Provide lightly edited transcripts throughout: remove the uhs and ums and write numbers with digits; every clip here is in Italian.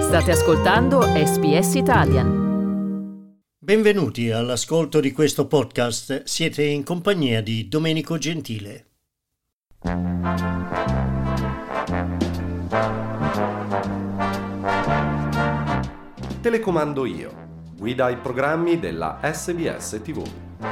State ascoltando SBS Italian. Benvenuti all'ascolto di questo podcast. Siete in compagnia di Domenico Gentile. Telecomando io. Guida ai programmi della SBS TV.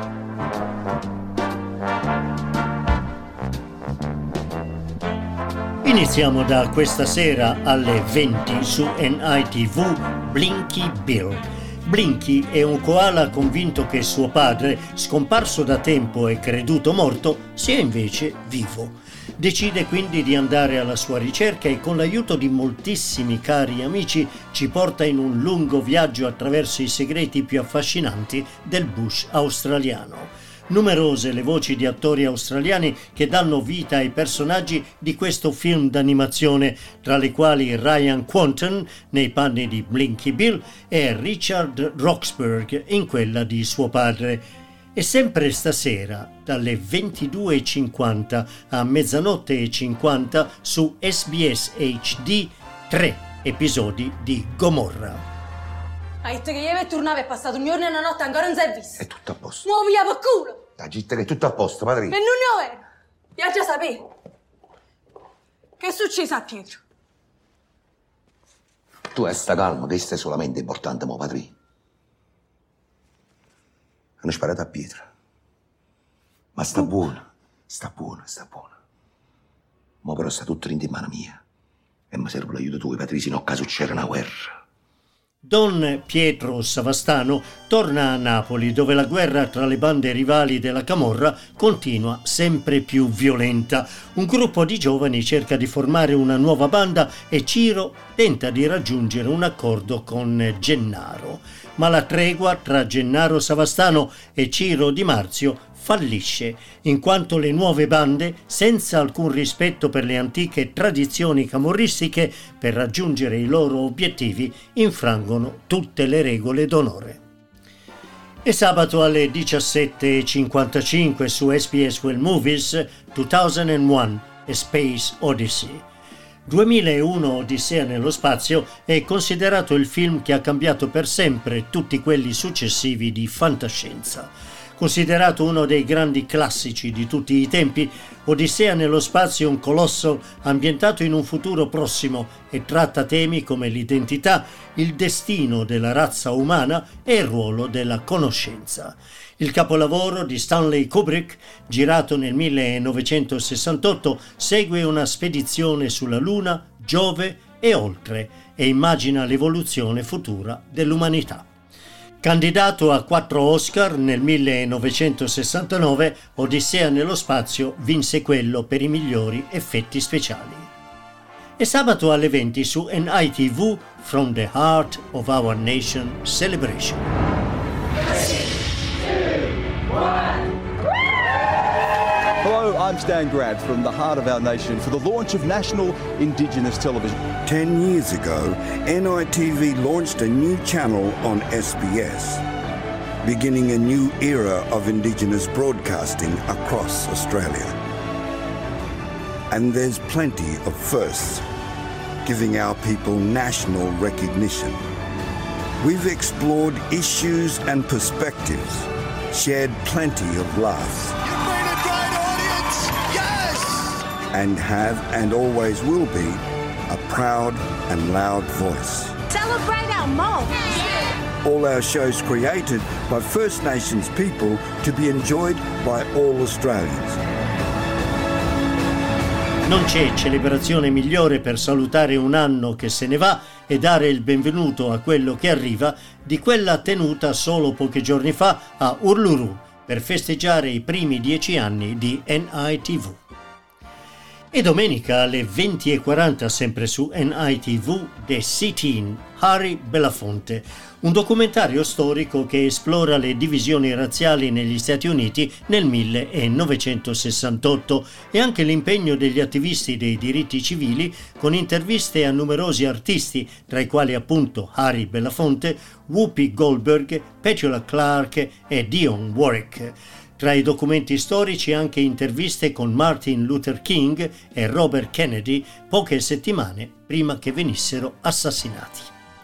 Iniziamo da questa sera alle 20 su NITV Blinky Bill. Blinky è un koala convinto che suo padre, scomparso da tempo e creduto morto, sia invece vivo. Decide quindi di andare alla sua ricerca e con l'aiuto di moltissimi cari amici ci porta in un lungo viaggio attraverso i segreti più affascinanti del bush australiano. Numerose le voci di attori australiani che danno vita ai personaggi di questo film d'animazione, tra le quali Ryan Quanten nei panni di Blinky Bill e Richard Roxburgh in quella di suo padre. E sempre stasera, dalle 22:50 a 00:50 su SBS HD, 3 episodi di Gomorra. Hai detto che io tornavo e passato un giorno e una notte ancora non si è visto. È tutto a posto. Muovi per culo! La gitta che è tutto a posto, padrino. E non lo è! Io già sapevo. Che è successo a Pietro? Tu sta calmo, che questo è solamente importante, mo padrino. Hanno sparato a Pietro. Ma sta buono. Sta buono. Mo però sta tutto in mano mia. E mi serve l'aiuto tuo, padrino, se no caso c'era una guerra. Don Pietro Savastano torna a Napoli, dove la guerra tra le bande rivali della Camorra continua sempre più violenta. Un gruppo di giovani cerca di formare una nuova banda e Ciro tenta di raggiungere un accordo con Gennaro. Ma la tregua tra Gennaro Savastano e Ciro Di Marzio fallisce, in quanto le nuove bande, senza alcun rispetto per le antiche tradizioni camorristiche, per raggiungere i loro obiettivi, infrangono tutte le regole d'onore. E sabato alle 17:55 su SBS World Movies 2001 A Space Odyssey. 2001 Odissea nello spazio è considerato il film che ha cambiato per sempre tutti quelli successivi di fantascienza. Considerato uno dei grandi classici di tutti i tempi, Odissea nello spazio è un colosso ambientato in un futuro prossimo e tratta temi come l'identità, il destino della razza umana e il ruolo della conoscenza. Il capolavoro di Stanley Kubrick, girato nel 1968, segue una spedizione sulla Luna, Giove e oltre e immagina l'evoluzione futura dell'umanità. Candidato a 4 Oscar nel 1969, Odissea nello spazio vinse quello per i migliori effetti speciali. E sabato alle 20 su NITV From the Heart of Our Nation Celebration. 3, 2, 1. Hello, I'm Stan Grant from the heart of our nation for the launch of National Indigenous Television. 10 years ago, NITV launched a new channel on SBS, beginning a new era of Indigenous broadcasting across Australia. And there's plenty of firsts, giving our people national recognition. We've explored issues and perspectives, shared plenty of laughs. And have and always will be a proud and loud voice. Celebrate our mom! All our shows created by First Nations people to be enjoyed by all Australians. Non c'è celebrazione migliore per salutare un anno che se ne va e dare il benvenuto a quello che arriva di quella tenuta solo pochi giorni fa a Uluru per festeggiare i primi 10 anni di NITV. E domenica alle 20:40 sempre su NITV The Sit-In, Harry Belafonte, un documentario storico che esplora le divisioni razziali negli Stati Uniti nel 1968 e anche l'impegno degli attivisti dei diritti civili con interviste a numerosi artisti, tra i quali appunto Harry Belafonte, Whoopi Goldberg, Petula Clark e Dionne Warwick. Tra i documenti storici anche interviste con Martin Luther King e Robert Kennedy poche settimane prima che venissero assassinati.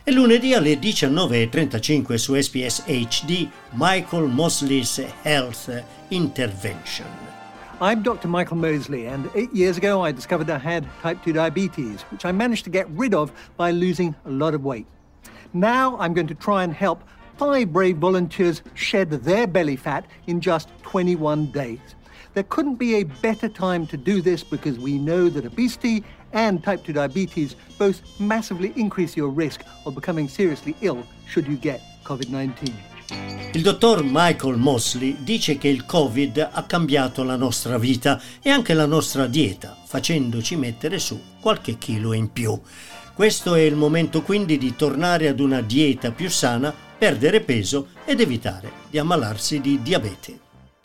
E lunedì alle 19:35 su SBS HD, Michael Mosley's Health Intervention. I'm Dr. Michael Mosley, and 8 years ago I discovered I had type 2 diabetes, which I managed to get rid of by losing a lot of weight. Now I'm going to try and help 5 brave volunteers shed their belly fat in just 21 days. There couldn't be a better time to do this because we know that obesity and type 2 diabetes both massively increase your risk of becoming seriously ill should you get COVID-19. Il dottor Michael Mosley dice che il Covid ha cambiato la nostra vita e anche la nostra dieta, facendoci mettere su qualche chilo in più. Questo è il momento quindi di tornare ad una dieta più sana, perdere peso ed evitare di ammalarsi di diabete.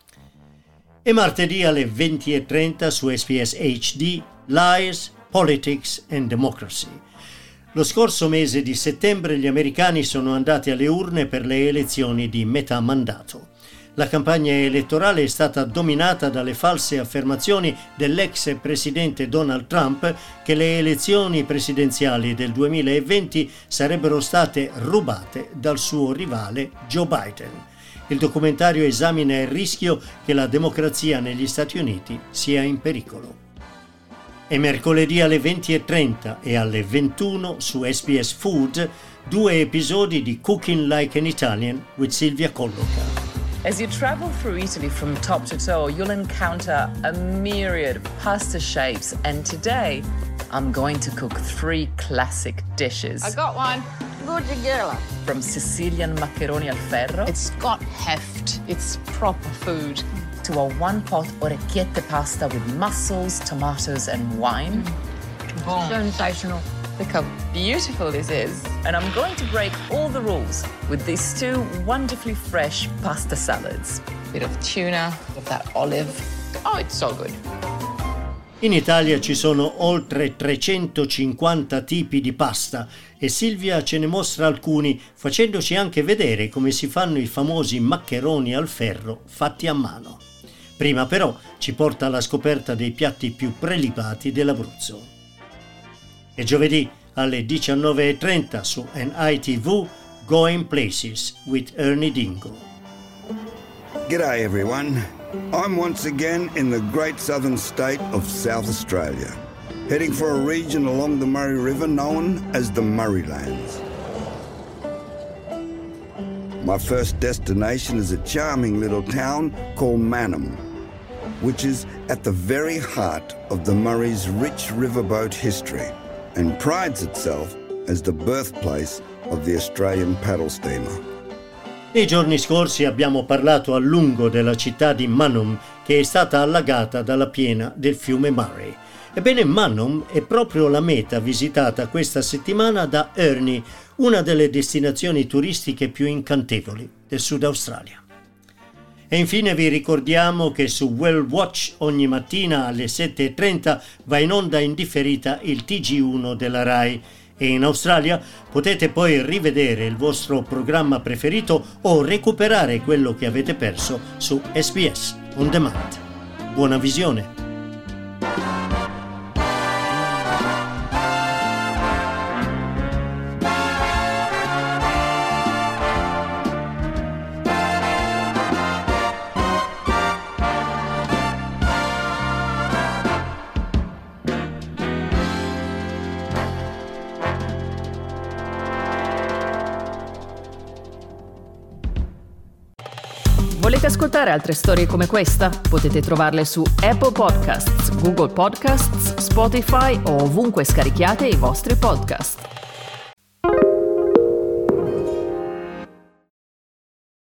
E martedì alle 20:30 su SBS HD, Lies, Politics and Democracy. Lo scorso mese di settembre gli americani sono andati alle urne per le elezioni di metà mandato. La campagna elettorale è stata dominata dalle false affermazioni dell'ex presidente Donald Trump che le elezioni presidenziali del 2020 sarebbero state rubate dal suo rivale Joe Biden. Il documentario esamina il rischio che la democrazia negli Stati Uniti sia in pericolo. E mercoledì alle 20:30 e alle 21 su SBS Food 2 episodi di Cooking Like an Italian with Silvia Colloca. As you travel through Italy from top to toe, you'll encounter a myriad of pasta shapes, and today I'm going to cook 3 classic dishes. I got one. Good together. From Sicilian macaroni al ferro. It's got heft. It's proper food. To a one-pot orecchiette pasta with mussels, tomatoes and wine. Boom. Sensational. Look how beautiful this is. And I'm going to break all the rules with these 2 wonderfully fresh pasta salads. Bit of tuna, of that olive. Oh, it's so good. In Italia ci sono oltre 350 tipi di pasta e Silvia ce ne mostra alcuni, facendoci anche vedere come si fanno i famosi maccheroni al ferro fatti a mano. Prima però ci porta alla scoperta dei piatti più prelibati dell'Abruzzo. E giovedì alle 19:30 su NITV, Going Places with Ernie Dingo. G'day everyone. I'm once again in the great southern state of South Australia, heading for a region along the Murray River known as the Murraylands. My first destination is a charming little town called Mannum, which is at the very heart of the Murray's rich riverboat history and prides itself as the birthplace of the Australian paddle steamer. Nei giorni scorsi abbiamo parlato a lungo della città di Mannum che è stata allagata dalla piena del fiume Murray. Ebbene, Mannum è proprio la meta visitata questa settimana da Ernie, una delle destinazioni turistiche più incantevoli del Sud Australia. E infine vi ricordiamo che su World Watch ogni mattina alle 7:30 va in onda in differita il TG1 della Rai e in Australia potete poi rivedere il vostro programma preferito o recuperare quello che avete perso su SBS On Demand. Buona visione! Volete ascoltare altre storie come questa? Potete trovarle su Apple Podcasts, Google Podcasts, Spotify o ovunque scarichiate i vostri podcast.